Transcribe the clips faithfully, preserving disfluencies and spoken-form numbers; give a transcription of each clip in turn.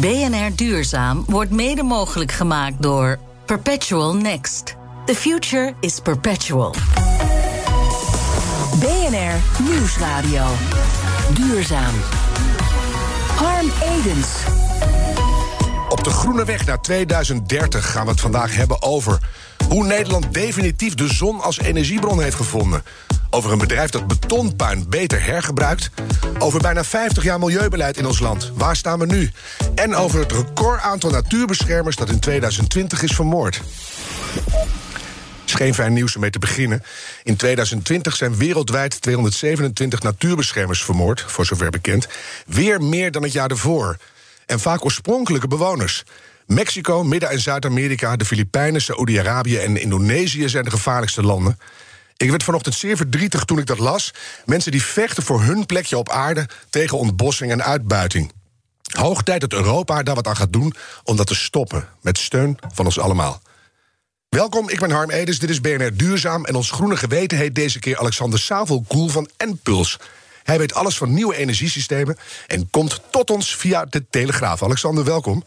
B N R Duurzaam wordt mede mogelijk gemaakt door Perpetual Next. The future is perpetual. B N R Nieuwsradio. Duurzaam. Harm Edens. Op de groene weg naar tweeduizend dertig gaan we het vandaag hebben over hoe Nederland definitief de zon als energiebron heeft gevonden. Over een bedrijf dat betonpuin beter hergebruikt. Over bijna vijftig jaar milieubeleid in ons land. Waar staan we nu? En over het recordaantal natuurbeschermers dat in tweeduizend twintig is vermoord. Het is geen fijn nieuws om mee te beginnen. In tweeduizend twintig zijn wereldwijd tweehonderdzevenentwintig natuurbeschermers vermoord, voor zover bekend. Weer meer dan het jaar ervoor. En vaak oorspronkelijke bewoners. Mexico, Midden- en Zuid-Amerika, de Filipijnen, Saoedi-Arabië en Indonesië zijn de gevaarlijkste landen. Ik werd vanochtend zeer verdrietig toen ik dat las. Mensen die vechten voor hun plekje op aarde tegen ontbossing en uitbuiting. Hoog tijd dat Europa daar wat aan gaat doen om dat te stoppen. Met steun van ons allemaal. Welkom, ik ben Harm Edens, dit is B N R Duurzaam. En ons groene geweten heet deze keer Alexander Savelkoel van Enpuls. Hij weet alles van nieuwe energiesystemen en komt tot ons via de Telegraaf. Alexander, welkom.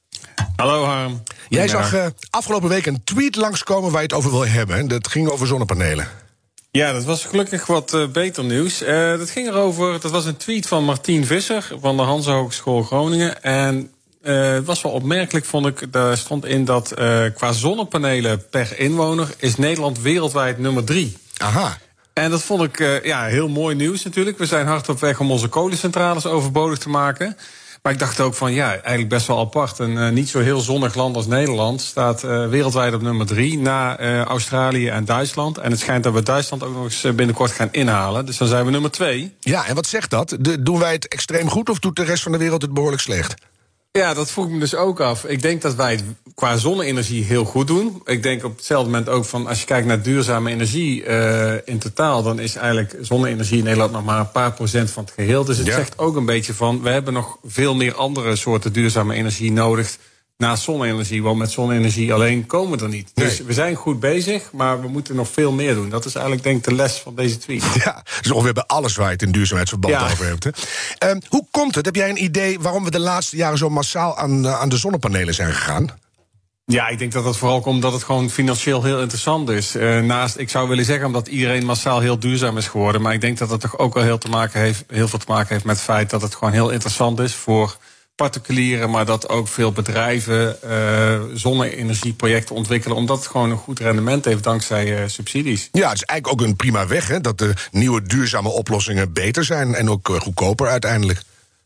Hallo Harm. Jij zag uh, afgelopen week een tweet langskomen waar je het over wil hebben. En dat ging over zonnepanelen. Ja, dat was gelukkig wat uh, beter nieuws. Uh, dat ging erover, dat was een tweet van Martien Visser van de Hanse Hogeschool Groningen. En uh, het was wel opmerkelijk, vond ik. Daar stond in dat uh, qua zonnepanelen per inwoner is Nederland wereldwijd nummer drie. Aha. En dat vond ik uh, ja, heel mooi nieuws natuurlijk. We zijn hard op weg om onze kolencentrales overbodig te maken. Maar ik dacht ook van, ja, eigenlijk best wel apart. Een uh, niet zo heel zonnig land als Nederland staat uh, wereldwijd op nummer drie... na uh, Australië en Duitsland. En het schijnt dat we Duitsland ook nog eens binnenkort gaan inhalen. Dus dan zijn we nummer twee. Ja, en wat zegt dat? De, doen wij het extreem goed of doet de rest van de wereld het behoorlijk slecht? Ja, dat vroeg ik me dus ook af. Ik denk dat wij het qua zonne-energie heel goed doen. Ik denk op hetzelfde moment ook van, als je kijkt naar duurzame energie uh, in totaal, dan is eigenlijk zonne-energie in Nederland nog maar een paar procent van het geheel. Dus het ja. zegt ook een beetje van, we hebben nog veel meer andere soorten duurzame energie nodig naast zonne-energie. Want met zonne-energie alleen komen we er niet. Nee. Dus we zijn goed bezig, maar we moeten nog veel meer doen. Dat is eigenlijk denk ik de les van deze tweet. Ja, dus ongeveer bij alles waar je het in duurzaamheidsverband Ja. over hebt. Hè. Um, hoe komt het? Heb jij een idee waarom we de laatste jaren zo massaal aan, uh, aan de zonnepanelen zijn gegaan? Ja, ik denk dat dat vooral komt omdat het gewoon financieel heel interessant is. Uh, naast, ik zou willen zeggen omdat iedereen massaal heel duurzaam is geworden. Maar ik denk dat dat toch ook wel heel, te maken heeft, heel veel te maken heeft met het feit dat het gewoon heel interessant is voor particulieren, maar dat ook veel bedrijven uh, zonne-energieprojecten ontwikkelen, omdat het gewoon een goed rendement heeft dankzij uh, subsidies. Ja, het is eigenlijk ook een prima weg, hè, dat de nieuwe duurzame oplossingen beter zijn en ook uh, goedkoper uiteindelijk.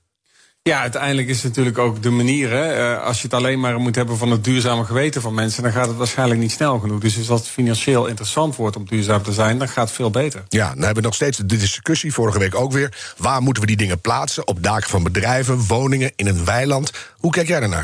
Ja, uiteindelijk is het natuurlijk ook de manier. Hè. Uh, als je het alleen maar moet hebben van het duurzame geweten van mensen, dan gaat het waarschijnlijk niet snel genoeg. Dus als het financieel interessant wordt om duurzaam te zijn, dan gaat het veel beter. Ja, dan hebben we nog steeds de discussie, vorige week ook weer. Waar moeten we die dingen plaatsen? Op daken van bedrijven, woningen, in een weiland. Hoe kijk jij daarnaar?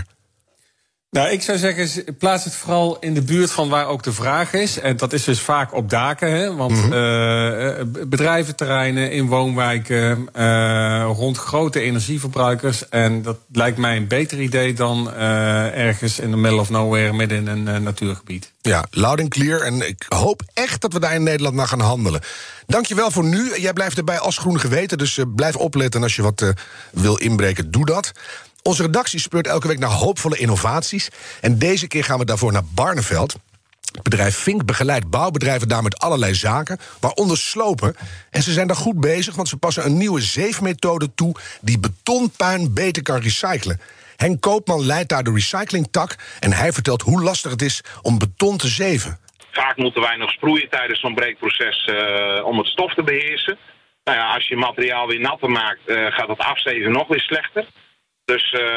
Nou, ik zou zeggen, plaats het vooral in de buurt van waar ook de vraag is. En dat is dus vaak op daken, hè? Want mm-hmm. uh, bedrijventerreinen, in woonwijken, uh, rond grote energieverbruikers. En dat lijkt mij een beter idee dan uh, ergens in the middle of nowhere, midden in een uh, natuurgebied. Ja, loud and clear. En ik hoop echt dat we daar in Nederland naar gaan handelen. Dankjewel voor nu. Jij blijft erbij als groen geweten, dus uh, blijf opletten. En als je wat uh, wil inbreken, doe dat. Onze redactie speurt elke week naar hoopvolle innovaties. En deze keer gaan we daarvoor naar Barneveld. Het bedrijf Fink begeleidt bouwbedrijven daar met allerlei zaken, waaronder slopen. En ze zijn daar goed bezig, want ze passen een nieuwe zeefmethode toe die betonpuin beter kan recyclen. Henk Koopman leidt daar de recyclingtak en hij vertelt hoe lastig het is om beton te zeven. Vaak moeten wij nog sproeien tijdens zo'n breekproces uh, om het stof te beheersen. Nou ja, als je materiaal weer natter maakt, uh, gaat het afzeven nog weer slechter. Dus uh,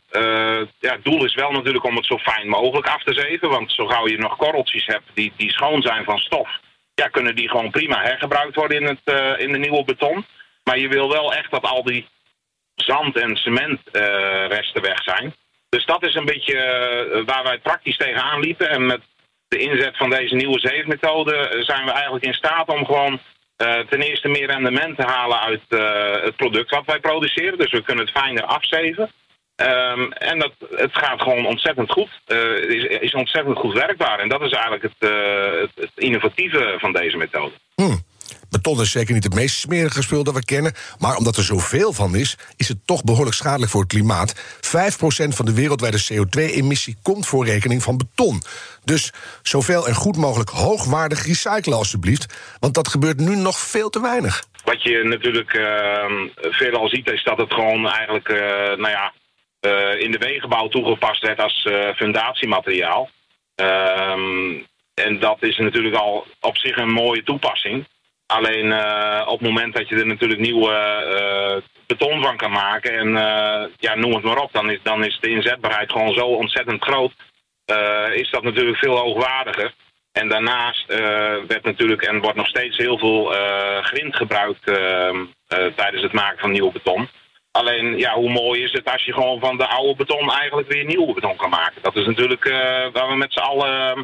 uh, ja, het doel is wel natuurlijk om het zo fijn mogelijk af te zeven. Want zo gauw je nog korreltjes hebt die, die schoon zijn van stof, ja, kunnen die gewoon prima hergebruikt worden in, het, uh, in de nieuwe beton. Maar je wil wel echt dat al die zand- en cementresten uh, weg zijn. Dus dat is een beetje uh, waar wij praktisch tegenaan liepen. En met de inzet van deze nieuwe zeefmethode uh, zijn we eigenlijk in staat om gewoon Uh, ten eerste meer rendement te halen uit uh, het product wat wij produceren. Dus we kunnen het fijner afzeven. Um, en dat, het gaat gewoon ontzettend goed. Het uh, is, is ontzettend goed werkbaar. En dat is eigenlijk het, uh, het, het innovatieve van deze methode. Hmm. beton is zeker niet het meest smerige spul dat we kennen, maar omdat er zoveel van is, is het toch behoorlijk schadelijk voor het klimaat. vijf procent van de wereldwijde C O twee emissie komt voor rekening van beton. Dus zoveel en goed mogelijk hoogwaardig recyclen alstublieft, want dat gebeurt nu nog veel te weinig. Wat je natuurlijk uh, veelal ziet is dat het gewoon eigenlijk uh, nou ja, uh, in de wegenbouw toegepast werd als uh, fundatiemateriaal. Um, en dat is natuurlijk al op zich een mooie toepassing. Alleen uh, op het moment dat je er natuurlijk nieuwe uh, beton van kan maken en uh, ja, noem het maar op, dan is, dan is de inzetbaarheid gewoon zo ontzettend groot. Uh, is dat natuurlijk veel hoogwaardiger. En daarnaast uh, werd natuurlijk en wordt nog steeds heel veel uh, grind gebruikt uh, uh, tijdens het maken van nieuw beton. Alleen, ja, hoe mooi is het als je gewoon van de oude beton eigenlijk weer nieuw beton kan maken. Dat is natuurlijk uh, waar we met z'n allen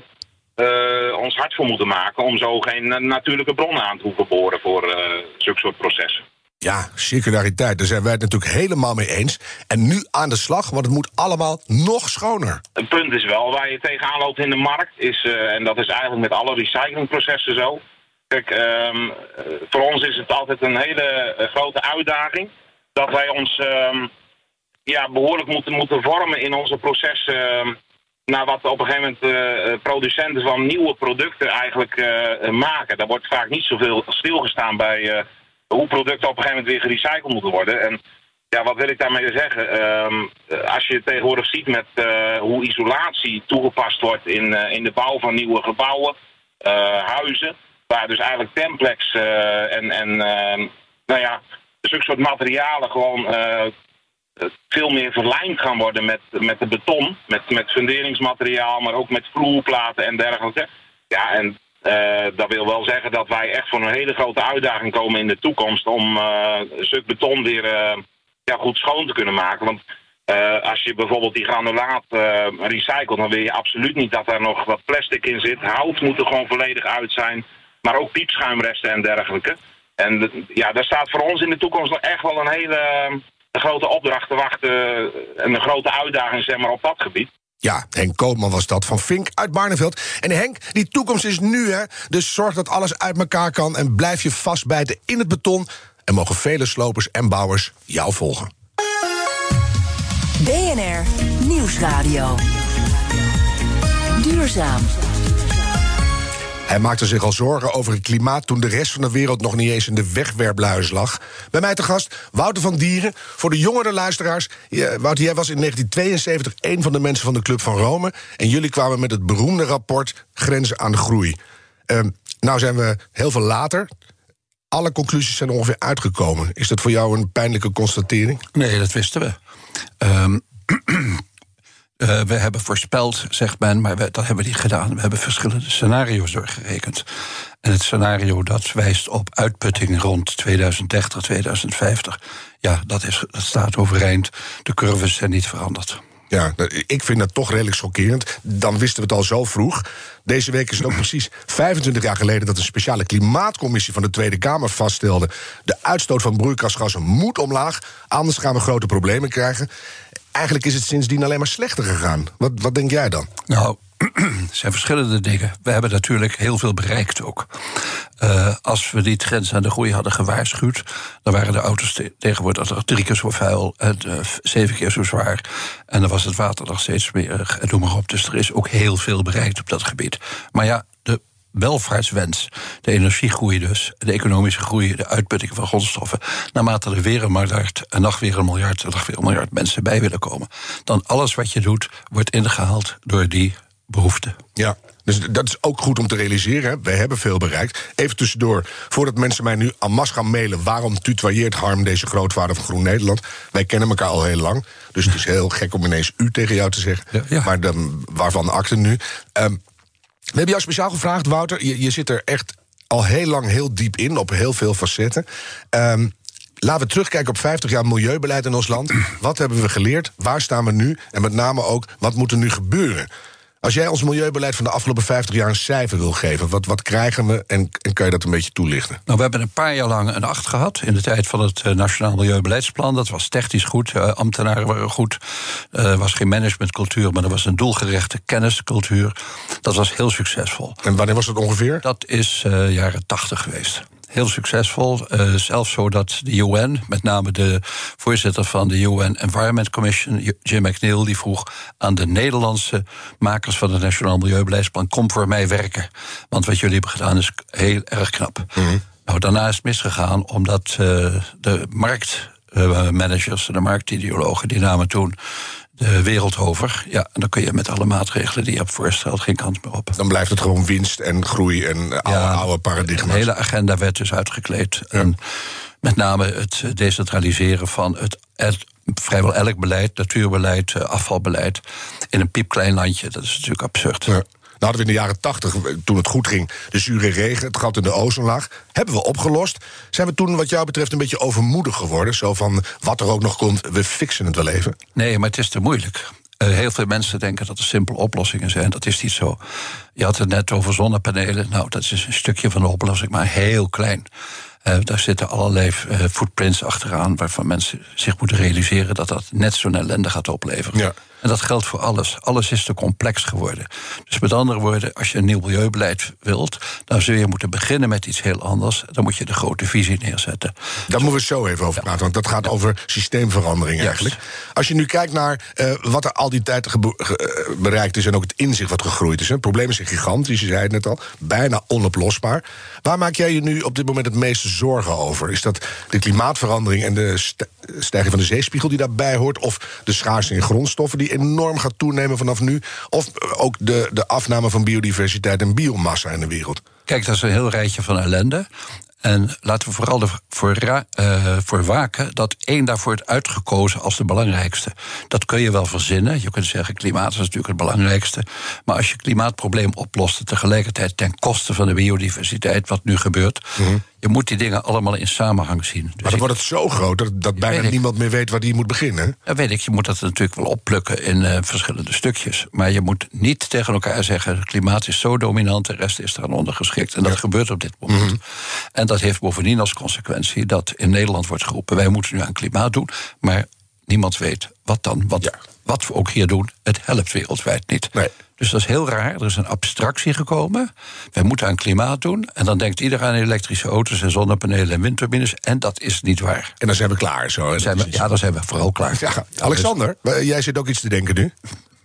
uh, ons hart voor moeten maken om zo geen uh, natuurlijke bronnen aan te hoeven boren voor uh, zulke soort processen. Ja, circulariteit, daar zijn wij het natuurlijk helemaal mee eens. En nu aan de slag, want het moet allemaal nog schoner. Een punt is wel, waar je tegenaan loopt in de markt, is, uh, en dat is eigenlijk met alle recyclingprocessen zo. Kijk, um, voor ons is het altijd een hele uh, grote uitdaging dat wij ons um, ja, behoorlijk moeten, moeten vormen in onze processen uh, naar wat op een gegeven moment uh, producenten van nieuwe producten eigenlijk uh, maken. Daar wordt vaak niet zoveel stilgestaan bij uh, hoe producten op een gegeven moment weer gerecycled moeten worden. En ja, wat wil ik daarmee zeggen? Um, als je tegenwoordig ziet met uh, hoe isolatie toegepast wordt in, uh, in de bouw van nieuwe gebouwen, uh, huizen, waar dus eigenlijk Templex uh, en, en uh, nou ja, zulke soort materialen gewoon uh, veel meer verlijmd gaan worden met, met de beton, met, met funderingsmateriaal, maar ook met vloerplaten en dergelijke. Ja, en Uh, dat wil wel zeggen dat wij echt voor een hele grote uitdaging komen in de toekomst om uh, een stuk beton weer uh, ja, goed schoon te kunnen maken. Want uh, als je bijvoorbeeld die granulaat uh, recycelt, dan wil je absoluut niet dat er nog wat plastic in zit. Hout moet er gewoon volledig uit zijn, maar ook piepschuimresten en dergelijke. En de, ja, daar staat voor ons in de toekomst nog echt wel een hele uh, een grote opdracht te wachten uh, en een grote uitdaging zeg maar, op dat gebied. Ja, Henk Koopman was dat van Vink uit Barneveld. En Henk, die toekomst is nu, hè? Dus zorg dat alles uit elkaar kan en blijf je vastbijten in het beton. En mogen vele slopers en bouwers jou volgen. B N R Nieuwsradio. Duurzaam. Hij maakte zich al zorgen over het klimaat toen de rest van de wereld nog niet eens in de wegwerpluis lag. Bij mij te gast Wouter van Dieren. Voor de jongere luisteraars, Wouter, jij was in negentien tweeënzeventig een van de mensen van de Club van Rome. En jullie kwamen met het beroemde rapport Grenzen aan de Groei. Uh, nou zijn we heel veel later. Alle conclusies zijn ongeveer uitgekomen. Is dat voor jou een pijnlijke constatering? Nee, dat wisten we. Um, Uh, we hebben voorspeld, zegt men, maar we, dat hebben we niet gedaan. We hebben verschillende scenario's doorgerekend. En het scenario dat wijst op uitputting rond tweeduizend dertig, tweeduizend vijftig... ja, dat, is, dat staat overeind. De curves zijn niet veranderd. Ja, ik vind dat toch redelijk schokkerend. Dan wisten we het al zo vroeg. Deze week is het ook precies vijfentwintig jaar geleden dat een speciale klimaatcommissie van de Tweede Kamer vaststelde: de uitstoot van broeikasgassen moet omlaag, anders gaan we grote problemen krijgen. Eigenlijk is het sindsdien alleen maar slechter gegaan. Wat, wat denk jij dan? Nou, er zijn verschillende dingen. We hebben natuurlijk heel veel bereikt ook. Uh, als we die trends aan de groei hadden gewaarschuwd, dan waren de auto's te- tegenwoordig drie keer zo vuil en uh, zeven keer zo zwaar. En dan was het water nog steeds smerig en noem maar op. Dus er is ook heel veel bereikt op dat gebied. Maar ja, de welvaartswens, de energiegroei dus, de economische groei, de uitputting van grondstoffen, naarmate er weer een miljard, en nog weer een miljard, en nog weer een miljard mensen bij willen komen, dan alles wat je doet, wordt ingehaald door die behoefte. Ja, dus dat is ook goed om te realiseren. Hè. Wij hebben veel bereikt. Even tussendoor, voordat mensen mij nu en masse gaan mailen: waarom tutoieert Harm deze grootvader van Groen Nederland? Wij kennen elkaar al heel lang, dus het is heel gek om ineens u tegen jou te zeggen. Ja, ja. Maar dan, waarvan akte nu? Um, We hebben jou speciaal gevraagd, Wouter. Je, je zit er echt al heel lang heel diep in, op heel veel facetten. Um, laten we terugkijken op vijftig jaar milieubeleid in ons land. Wat hebben we geleerd? Waar staan we nu? En met name ook, wat moet er nu gebeuren? Als jij ons milieubeleid van de afgelopen vijftig jaar een cijfer wil geven, wat, wat krijgen we en, en kan je dat een beetje toelichten? Nou, we hebben een paar jaar lang een acht gehad in de tijd van het uh, Nationaal Milieubeleidsplan. Dat was technisch goed, uh, ambtenaren waren goed. Er uh, was geen managementcultuur, maar er was een doelgerichte kenniscultuur. Dat was heel succesvol. En wanneer was dat ongeveer? Dat is uh, jaren tachtig geweest. heel succesvol. Uh, zelfs zo dat de U N, met name de voorzitter van de U N Environment Commission, Jim McNeil, die vroeg aan de Nederlandse makers van het Nationaal Milieubeleidsplan: kom voor mij werken. Want wat jullie hebben gedaan is heel erg knap. Mm-hmm. Nou, daarna is het misgegaan omdat uh, de marktmanagers, uh, de marktideologen, die namen toen de wereld over. Ja, en dan kun je met alle maatregelen die je hebt voorgesteld geen kant meer op. Dan blijft het gewoon winst en groei en ja, oude, oude paradigma's. De hele agenda werd dus uitgekleed. Ja. En met name het decentraliseren van het, het vrijwel elk beleid, natuurbeleid, afvalbeleid, in een piepklein landje. Dat is natuurlijk absurd. Ja. Nou hadden we in de jaren tachtig, toen het goed ging, de zure regen, het gat in de ozonlaag, hebben we opgelost. Zijn we toen wat jou betreft een beetje overmoedig geworden? Zo van, wat er ook nog komt, we fixen het wel even. Nee, maar het is te moeilijk. Uh, heel veel mensen denken dat er simpele oplossingen zijn. Dat is niet zo. Je had het net over zonnepanelen. Nou, dat is een stukje van de oplossing, maar heel klein. Uh, daar zitten allerlei uh, footprints achteraan waarvan mensen zich moeten realiseren dat dat net zo'n ellende gaat opleveren. Ja. En dat geldt voor alles. Alles is te complex geworden. Dus met andere woorden, als je een nieuw milieubeleid wilt, dan zul je moeten beginnen met iets heel anders. Dan moet je de grote visie neerzetten. Daar moeten we zo even over praten, want dat gaat over systeemverandering eigenlijk. Yes. Als je nu kijkt naar uh, wat er al die tijd gebe- ge- uh, bereikt is en ook het inzicht wat gegroeid is. Hè. Het probleem is gigantisch, je zei het net al, bijna onoplosbaar. Waar maak jij je nu op dit moment het meeste zorgen over? Is dat de klimaatverandering en de st- stijging van de zeespiegel die daarbij hoort, of de schaarste in grondstoffen die enorm gaat toenemen vanaf nu, of ook de, de afname van biodiversiteit en biomassa in de wereld? Kijk, dat is een heel rijtje van ellende. En laten we vooral ervoor uh, voor waken dat één daarvoor wordt uitgekozen als de belangrijkste. Dat kun je wel verzinnen. Je kunt zeggen, klimaat is natuurlijk het belangrijkste. Maar als je klimaatprobleem oplost en tegelijkertijd ten koste van de biodiversiteit, wat nu gebeurt, mm-hmm. je moet die dingen allemaal in samenhang zien. Dus maar dan ik, wordt het zo groot dat, dat bijna niemand meer weet waar die moet beginnen. Dat weet ik, je moet dat natuurlijk wel opplukken in uh, verschillende stukjes. Maar je moet niet tegen elkaar zeggen, het klimaat is zo dominant, de rest is eraan ondergeschikt. En dat ja. gebeurt op dit moment. Mm-hmm. En dat heeft bovendien als consequentie dat in Nederland wordt geroepen, wij moeten nu aan klimaat doen, maar niemand weet wat dan. Wat, ja. wat we ook hier doen, het helpt wereldwijd niet. Nee. Dus dat is heel raar. Er is een abstractie gekomen. Wij moeten aan klimaat doen. En dan denkt iedereen aan elektrische auto's en zonnepanelen en windturbines. En dat is niet waar. En dan zijn we klaar. Zo. Dan zijn we, ja, dan zijn we vooral klaar. Ja, Alexander, dus jij zit ook iets te denken nu.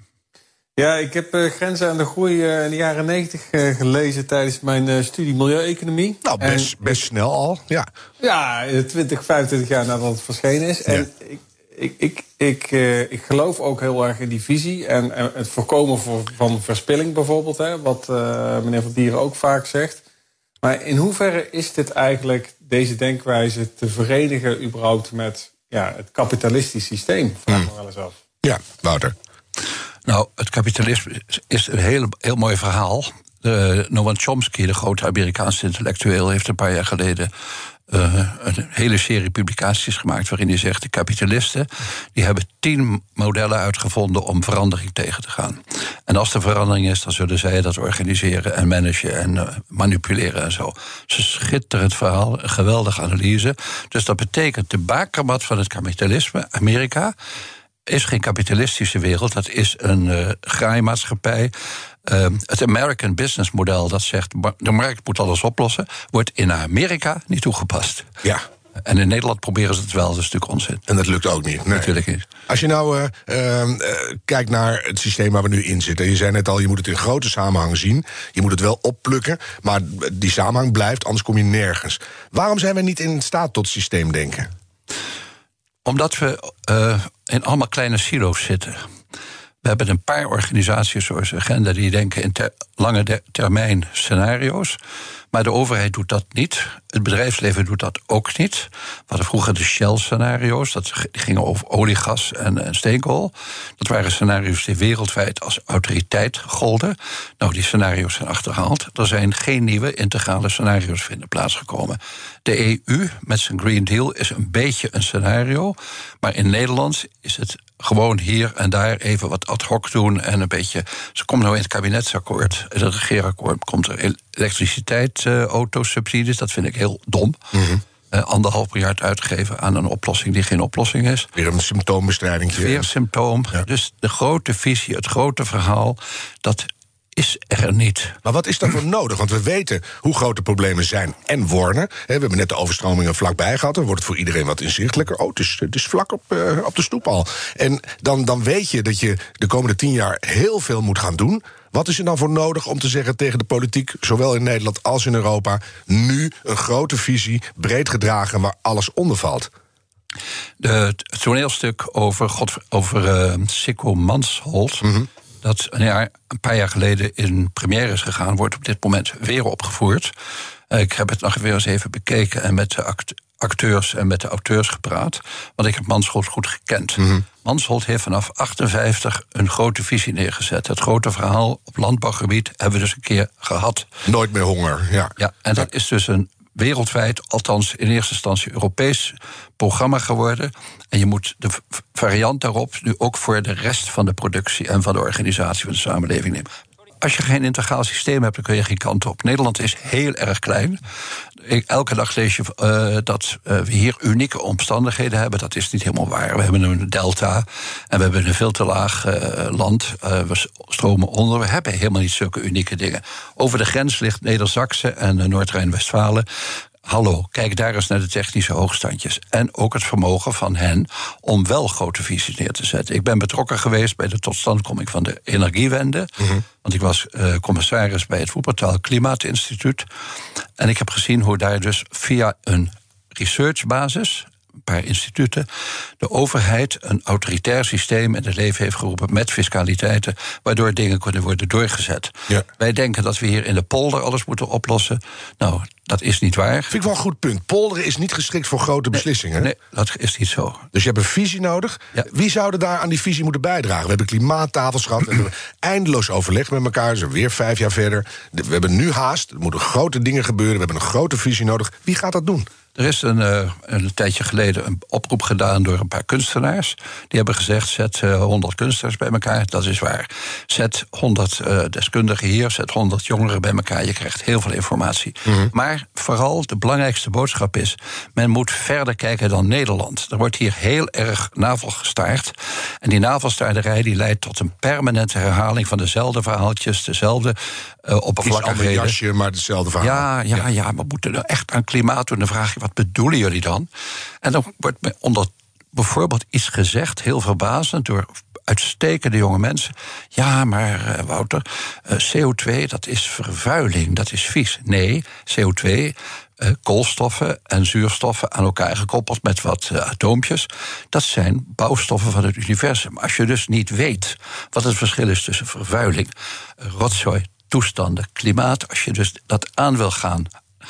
Ja, ik heb uh, Grenzen aan de Groei uh, in de jaren negentig uh, gelezen tijdens mijn uh, studie Milieueconomie. Nou, best, en, best snel al, ja. Ja, twintig, vijfentwintig jaar nadat het verschenen is. Ja. En ik, ik, ik, ik, uh, ik geloof ook heel erg in die visie. En, en het voorkomen voor, van verspilling bijvoorbeeld, hè, wat uh, meneer Van Dieren ook vaak zegt. Maar in hoeverre is dit eigenlijk, deze denkwijze, te verenigen überhaupt met ja, het kapitalistisch systeem? Vraag ik me wel eens af. Ja, Wouter. Nou, het kapitalisme is een heel, heel mooi verhaal. Uh, Noam Chomsky, de grote Amerikaanse intellectueel, heeft een paar jaar geleden uh, een hele serie publicaties gemaakt waarin hij zegt, de kapitalisten die hebben tien modellen uitgevonden om verandering tegen te gaan. En als er verandering is, dan zullen zij dat organiseren en managen en uh, manipuleren en zo. Het is een schitterend verhaal, een geweldige analyse. Dus dat betekent, de bakermat van het kapitalisme, Amerika, is geen kapitalistische wereld, dat is een uh, graaimaatschappij. Uh, het American business model dat zegt, de markt moet alles oplossen, wordt in Amerika niet toegepast. Ja. En in Nederland proberen ze het wel, dat is natuurlijk onzin. En dat lukt ook niet. Nee. Natuurlijk niet. Als je nou uh, uh, uh, kijkt naar het systeem waar we nu in zitten, je zei net al, je moet het in grote samenhang zien, je moet het wel opplukken, maar die samenhang blijft, anders kom je nergens. Waarom zijn we niet in staat tot systeemdenken? Omdat we uh, in allemaal kleine silo's zitten. We hebben een paar organisaties zoals Agenda die denken in ter, lange de, termijn scenario's. Maar de overheid doet dat niet. Het bedrijfsleven doet dat ook niet. We hadden vroeger de Shell-scenario's. Dat gingen over olie, gas en, en steenkool. Dat waren scenario's die wereldwijd als autoriteit golden. Nou, die scenario's zijn achterhaald. Er zijn geen nieuwe integrale scenario's vinden plaatsgekomen. De E U met zijn Green Deal is een beetje een scenario. Maar in Nederland is het gewoon hier en daar even wat ad hoc doen en een beetje. Ze komt nou in het kabinetsakkoord, in het regeerakkoord komt er elektriciteit, uh, autosubsidies. Dat vind ik heel dom. Mm-hmm. Uh, anderhalf miljard uitgeven aan een oplossing die geen oplossing is. Weer een symptoombestrijding. Weer een symptoom. Ja. Dus de grote visie, het grote verhaal, dat is er niet. Maar wat is daarvoor nodig? Want we weten hoe groot de problemen zijn en worden. We hebben net de overstromingen vlakbij gehad. Dan wordt het voor iedereen wat inzichtelijker. Oh, het is, het is vlak op, uh, op de stoep al. En dan, dan weet je dat je de komende tien jaar heel veel moet gaan doen. Wat is er dan voor nodig om te zeggen tegen de politiek, zowel in Nederland als in Europa, nu een grote visie, breed gedragen, waar alles onder valt? De, het toneelstuk over, God, over uh, Sikko Mansholt, mm-hmm. dat een, jaar, een paar jaar geleden in première is gegaan, wordt op dit moment weer opgevoerd. Uh, ik heb het nog weer eens even bekeken en met de act, acteurs en met de auteurs gepraat, want ik heb Mansholt goed gekend. Mm-hmm. Mansholt heeft vanaf achtenvijftig een grote visie neergezet. Het grote verhaal op landbouwgebied hebben we dus een keer gehad. Nooit meer honger, ja. Ja, en dat is dus een wereldwijd, althans in eerste instantie Europees programma geworden. En je moet de variant daarop nu ook voor de rest van de productie en van de organisatie van de samenleving nemen. Als je geen integraal systeem hebt, dan kun je geen kant op. Nederland is heel erg klein. Ik, elke dag lees je uh, dat uh, we hier unieke omstandigheden hebben. Dat is niet helemaal waar. We hebben een delta en we hebben een veel te laag uh, land. Uh, we stromen onder. We hebben helemaal niet zulke unieke dingen. Over de grens ligt Neder-Saxe en uh, Noord-Rijn-Westfalen. Hallo, kijk daar eens naar de technische hoogstandjes. En ook het vermogen van hen om wel grote visies neer te zetten. Ik ben betrokken geweest bij de totstandkoming van de energiewende. Mm-hmm. Want ik was uh, commissaris bij het Wuppertal Klimaatinstituut. En ik heb gezien hoe daar dus via een researchbasis, een paar instituten, de overheid een autoritair systeem in het leven heeft geroepen met fiscaliteiten, waardoor dingen kunnen worden doorgezet. Ja. Wij denken dat we hier in de polder alles moeten oplossen. Nou, dat is niet waar. Vind ik wel een goed punt. Polderen is niet geschikt voor grote nee, beslissingen. Nee, dat is niet zo. Dus je hebt een visie nodig. Ja. Wie zou er daar aan die visie moeten bijdragen? We hebben klimaattafels gehad. We hebben eindeloos overleg met elkaar. Zijn weer vijf jaar verder. We hebben nu haast. Er moeten grote dingen gebeuren. We hebben een grote visie nodig. Wie gaat dat doen? Er is een, uh, een tijdje geleden een oproep gedaan door een paar kunstenaars. Die hebben gezegd, zet uh, honderd kunstenaars bij elkaar. Dat is waar. Zet honderd uh, deskundigen hier, zet honderd jongeren bij elkaar. Je krijgt heel veel informatie. Mm-hmm. Maar vooral de belangrijkste boodschap is, men moet verder kijken dan Nederland. Er wordt hier heel erg navel gestaard. En die navelstaarderij die leidt tot een permanente herhaling van dezelfde verhaaltjes, dezelfde uh, oppervlakkigheden. Iets ander jasje, maar hetzelfde verhaal. Ja, ja, ja, ja, we moeten er echt aan klimaat doen. Dan vraag je, wat bedoelen jullie dan? En dan wordt me onder bijvoorbeeld iets gezegd, heel verbazend, door uitstekende jonge mensen. Ja, maar uh, Wouter, uh, C O twee, dat is vervuiling, dat is vies. Nee, C O twee, uh, koolstoffen en zuurstoffen aan elkaar gekoppeld met wat uh, atoompjes, dat zijn bouwstoffen van het universum. Als je dus niet weet wat het verschil is tussen vervuiling, uh, rotzooi, toestanden, klimaat, als je dus dat aan wil gaan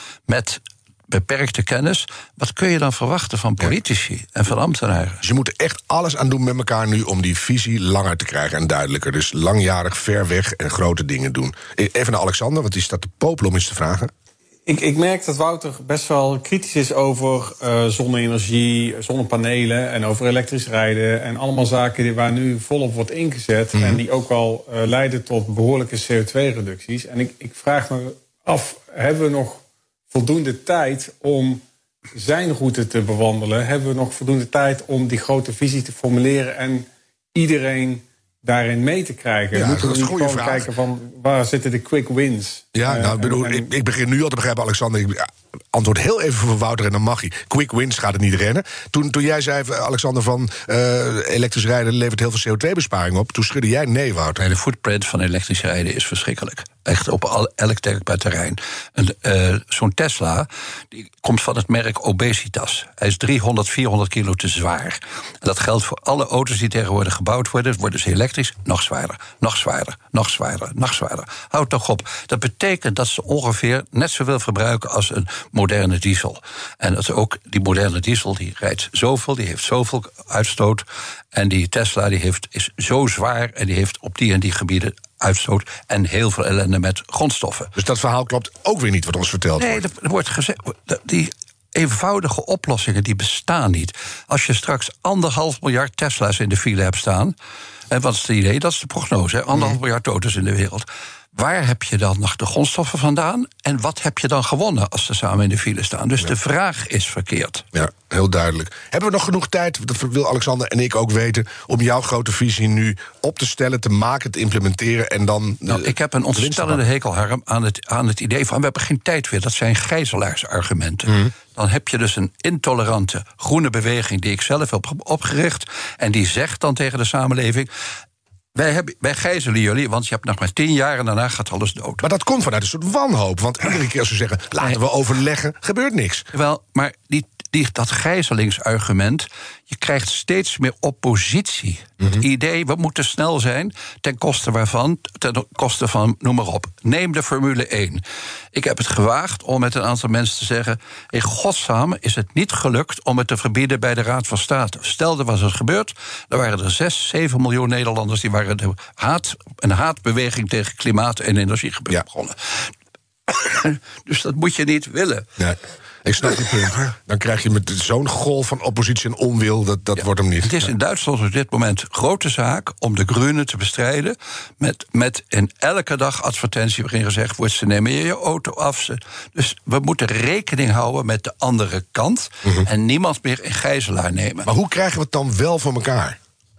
met beperkte kennis, wat kun je dan verwachten van politici ja. en van ambtenaren? Dus je moet er echt alles aan doen met elkaar nu om die visie langer te krijgen en duidelijker. Dus langjarig, ver weg en grote dingen doen. Even naar Alexander, want die staat te popelen om eens te vragen. Ik, ik merk dat Wouter best wel kritisch is over uh, zonne-energie, zonnepanelen en over elektrisch rijden en allemaal zaken die waar nu volop wordt ingezet mm-hmm. en die ook al uh, leiden tot behoorlijke C O twee reducties. En ik, ik vraag me af, hebben we nog voldoende tijd om zijn route te bewandelen? Hebben we nog voldoende tijd om die grote visie te formuleren en iedereen daarin mee te krijgen? Ja, Moeten dat we is niet een gewoon vraag. kijken van waar zitten de quick wins? Ja, nou, ik bedoel, en, en, ik, ik begin nu al te begrijpen, Alexander. Ik antwoord heel even voor Wouter en dan mag hij. Quick wins gaat het niet rennen. Toen, toen jij zei, Alexander, van uh, elektrisch rijden levert heel veel C O twee besparing op, toen schudde jij nee, Wouter. De footprint van elektrisch rijden is verschrikkelijk. Echt op al, elk denkbaar terrein. En, uh, zo'n Tesla die komt van het merk Obesitas. Hij is driehonderd, vierhonderd kilo te zwaar. En dat geldt voor alle auto's die tegenwoordig gebouwd worden. Het wordt dus elektrisch, nog zwaarder, nog zwaarder, nog zwaarder, nog zwaarder. Houd toch op. Dat betekent dat ze ongeveer net zoveel verbruiken als een moderne diesel. En dat ook die moderne diesel die rijdt zoveel, die heeft zoveel uitstoot. En die Tesla die heeft, is zo zwaar en die heeft op die en die gebieden uitstoot en heel veel ellende met grondstoffen. Dus dat verhaal klopt ook weer niet wat ons verteld nee, wordt? Nee, er wordt gezegd, die eenvoudige oplossingen die bestaan niet. Als je straks anderhalf miljard Tesla's in de file hebt staan, en wat is het idee? Dat is de prognose, hè? anderhalf mm. miljard auto's in de wereld. waar heb je dan nog de grondstoffen vandaan? En wat heb je dan gewonnen als ze samen in de file staan? Dus ja. de vraag is verkeerd. Ja, heel duidelijk. Hebben we nog genoeg tijd, dat wil Alexander en ik ook weten, om jouw grote visie nu op te stellen, te maken, te implementeren en dan... Nou, ik heb een ontstellende hekel, Harm, aan het, aan het idee van we hebben geen tijd weer. Dat zijn gijzelaarsargumenten. Mm. Dan heb je dus een intolerante groene beweging die ik zelf heb opgericht en die zegt dan tegen de samenleving: Wij, hebben, wij gijzelen jullie, want je hebt nog maar tien jaar en daarna gaat alles dood. Maar dat komt vanuit een soort wanhoop. Want iedere keer als ze zeggen, laten we overleggen, gebeurt niks. Wel, maar die, die, dat gijzelingsargument, je krijgt steeds meer oppositie. Mm-hmm. Het idee, we moeten snel zijn, ten koste waarvan, ten koste van, noem maar op. Neem de Formule één. Ik heb het gewaagd om met een aantal mensen te zeggen, in godsnaam is het niet gelukt om het te verbieden bij de Raad van State. Stel, er was het gebeurd, dan waren er zes, zeven miljoen Nederlanders die waren de haat, een haatbeweging tegen klimaat en energie ja. begonnen. Dus dat moet je niet willen. Nee. Ik snap die punt. Dan krijg je met zo'n golf van oppositie en onwil, dat, dat ja, wordt hem niet. Het is in Duitsland op dit moment grote zaak om de Groenen te bestrijden, met, met in elke dag advertentie waarin gezegd wordt, ze nemen je je auto af. Ze, dus we moeten rekening houden met de andere kant, mm-hmm. en niemand meer in gijzelaar nemen. Maar hoe krijgen we het dan wel voor elkaar?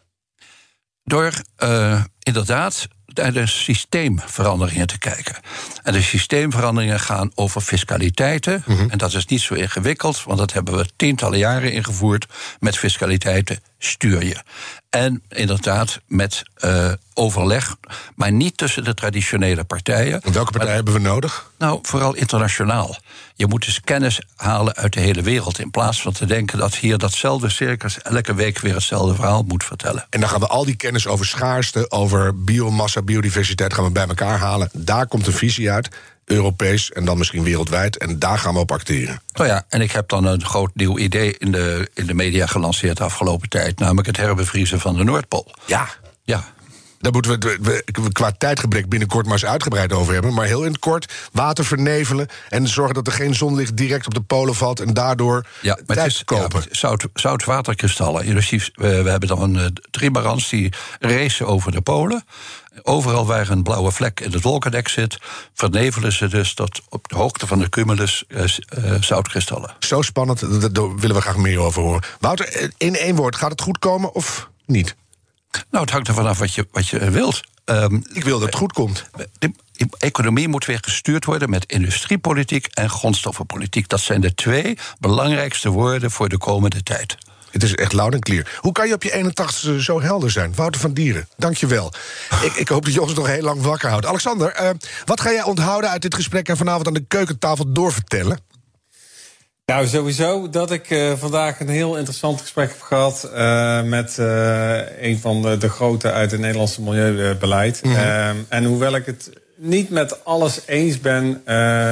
Door uh, inderdaad naar de systeemveranderingen te kijken. En de systeemveranderingen gaan over fiscaliteiten. Mm-hmm. En dat is niet zo ingewikkeld, want dat hebben we tientallen jaren ingevoerd. Met fiscaliteiten stuur je. En inderdaad met uh, overleg, maar niet tussen de traditionele partijen. En welke partijen hebben we nodig? Nou, vooral internationaal. Je moet dus kennis halen uit de hele wereld, in plaats van te denken dat hier datzelfde circus elke week weer hetzelfde verhaal moet vertellen. En dan gaan we al die kennis over schaarste, over biomassa, biodiversiteit gaan we bij elkaar halen. Daar komt een visie uit, Europees en dan misschien wereldwijd, en daar gaan we op acteren. Nou ja, en ik heb dan een groot nieuw idee in de, in de media gelanceerd de afgelopen tijd, namelijk het herbevriezen van de Noordpool. Ja. Ja. Daar moeten we, we, we qua tijdgebrek binnenkort maar eens uitgebreid over hebben. Maar heel in het kort, water vernevelen en zorgen dat er geen zonlicht direct op de polen valt en daardoor ja, tijd het is, kopen. Ja, zout, zoutwaterkristallen. Dus die, we, we hebben dan een trimarans die racen over de polen. Overal waar een blauwe vlek in het wolkendek zit, vernevelen ze dus tot op de hoogte van de cumulus uh, uh, zoutkristallen. Zo spannend, daar willen we graag meer over horen. Wouter, in één woord, gaat het goed komen of niet? Nou, het hangt er vanaf wat je, wat je wilt. Um, Ik wil dat het goed komt. De economie moet weer gestuurd worden met industriepolitiek en grondstoffenpolitiek. Dat zijn de twee belangrijkste woorden voor de komende tijd. Het is echt loud en clear. Hoe kan je op je eenentachtigste zo helder zijn? Wouter van Dieren, dank je wel. ik, ik hoop dat je ons nog heel lang wakker houdt. Alexander, uh, wat ga jij onthouden uit dit gesprek en vanavond aan de keukentafel doorvertellen? Nou, sowieso dat ik uh, vandaag een heel interessant gesprek heb gehad uh, met uh, een van de, de groten uit het Nederlandse milieubeleid. Mm-hmm. Uh, en hoewel ik het niet met alles eens ben, uh,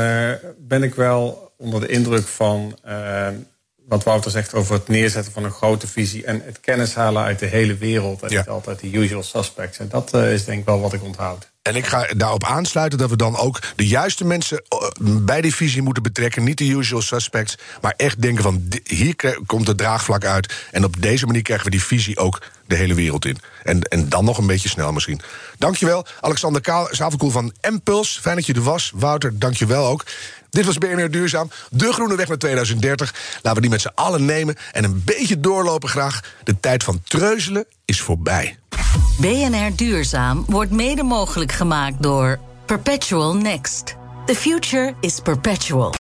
ben ik wel onder de indruk van uh, wat Wouter zegt over het neerzetten van een grote visie en het kennis halen uit de hele wereld. En ja. niet altijd de usual suspects. En dat uh, is denk ik wel wat ik onthoud. En ik ga daarop aansluiten dat we dan ook de juiste mensen bij die visie moeten betrekken. Niet de usual suspects, maar echt denken van hier komt het draagvlak uit. En op deze manier krijgen we die visie ook de hele wereld in. En, en dan nog een beetje snel misschien. Dankjewel, Alexander Kaal, Zavelkoel van M-Puls. Fijn dat je er was. Wouter, dankjewel ook. Dit was B N R Duurzaam, de groene weg naar tweeduizend dertig. Laten we die met z'n allen nemen en een beetje doorlopen graag. De tijd van treuzelen is voorbij. B N R Duurzaam wordt mede mogelijk gemaakt door Perpetual Next. The future is perpetual.